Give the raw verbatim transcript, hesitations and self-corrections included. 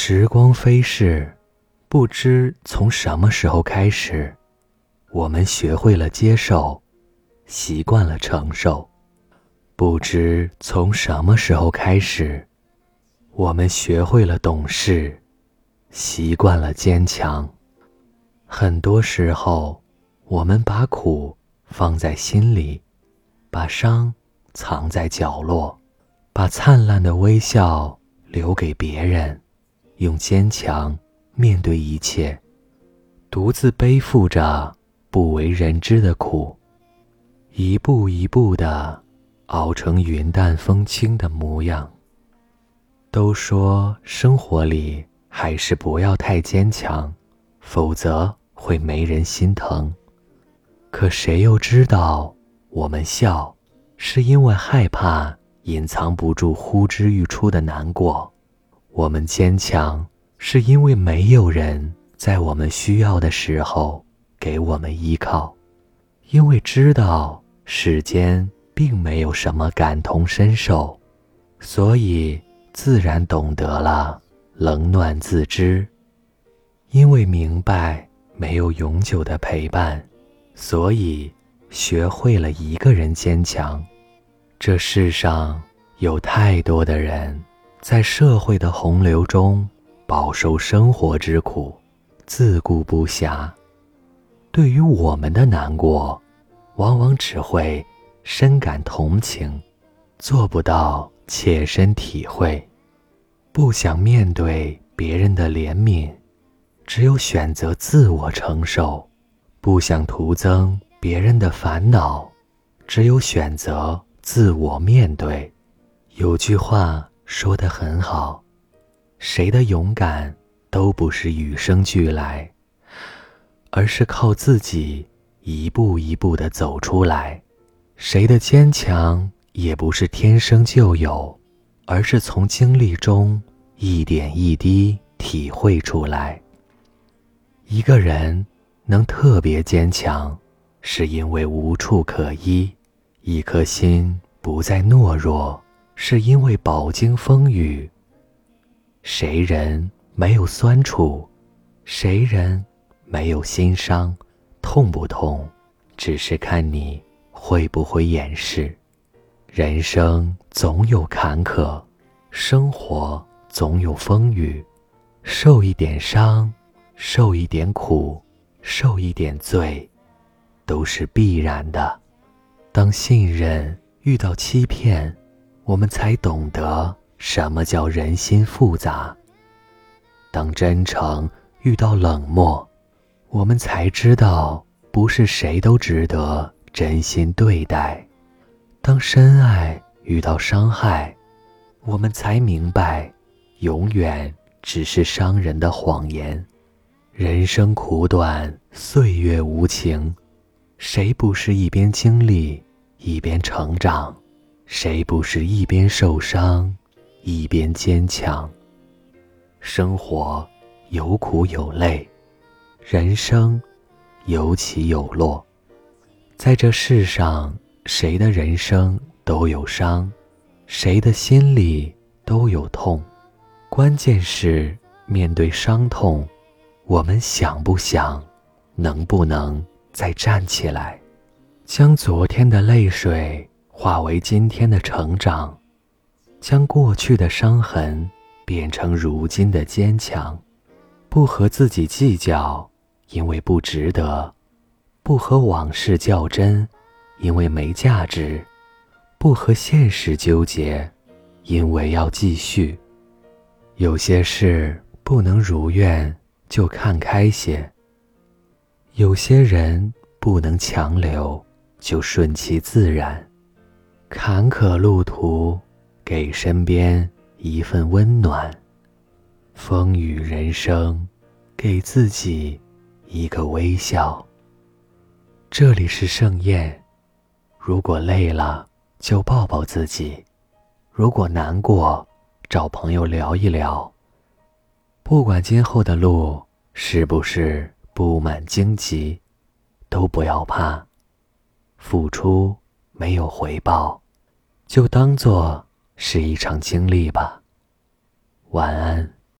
时光飞逝，不知从什么时候开始，我们学会了接受，习惯了承受。不知从什么时候开始，我们学会了懂事，习惯了坚强。很多时候，我们把苦放在心里，把伤藏在角落，把灿烂的微笑留给别人，用坚强面对一切，独自背负着不为人知的苦，一步一步地熬成云淡风轻的模样。都说生活里还是不要太坚强，否则会没人心疼。可谁又知道，我们笑是因为害怕隐藏不住呼之欲出的难过，我们坚强是因为没有人在我们需要的时候给我们依靠，因为知道世间并没有什么感同身受，所以自然懂得了冷暖自知。因为明白没有永久的陪伴，所以学会了一个人坚强。这世上有太多的人在社会的洪流中饱受生活之苦，自顾不暇。对于我们的难过，往往只会深感同情，做不到切身体会。不想面对别人的怜悯，只有选择自我承受。不想徒增别人的烦恼，只有选择自我面对。有句话说得很好，谁的勇敢都不是与生俱来，而是靠自己一步一步地走出来。谁的坚强也不是天生就有，而是从经历中一点一滴体会出来。一个人能特别坚强，是因为无处可依；一颗心不再懦弱，是因为饱经风雨。谁人没有酸楚，谁人没有心伤，痛不痛，只是看你会不会掩饰。人生总有坎坷，生活总有风雨，受一点伤，受一点苦，受一点罪，都是必然的。当信任遇到欺骗，我们才懂得什么叫人心复杂；当真诚遇到冷漠，我们才知道不是谁都值得真心对待；当深爱遇到伤害，我们才明白永远只是伤人的谎言。人生苦短，岁月无情，谁不是一边经历一边成长？谁不是一边受伤一边坚强？生活有苦有泪，人生有起有落。在这世上，谁的人生都有伤，谁的心里都有痛。关键是面对伤痛，我们想不想，能不能再站起来，将昨天的泪水化为今天的成长，将过去的伤痕变成如今的坚强。不和自己计较，因为不值得；不和往事较真，因为没价值；不和现实纠结，因为要继续。有些事不能如愿，就看开些；有些人不能强留，就顺其自然。坎坷路途，给身边一份温暖；风雨人生，给自己一个微笑。这里是盛宴，如果累了，就抱抱自己；如果难过，找朋友聊一聊。不管今后的路是不是布满荆棘，都不要怕。付出没有回报，就当作是一场经历吧。晚安。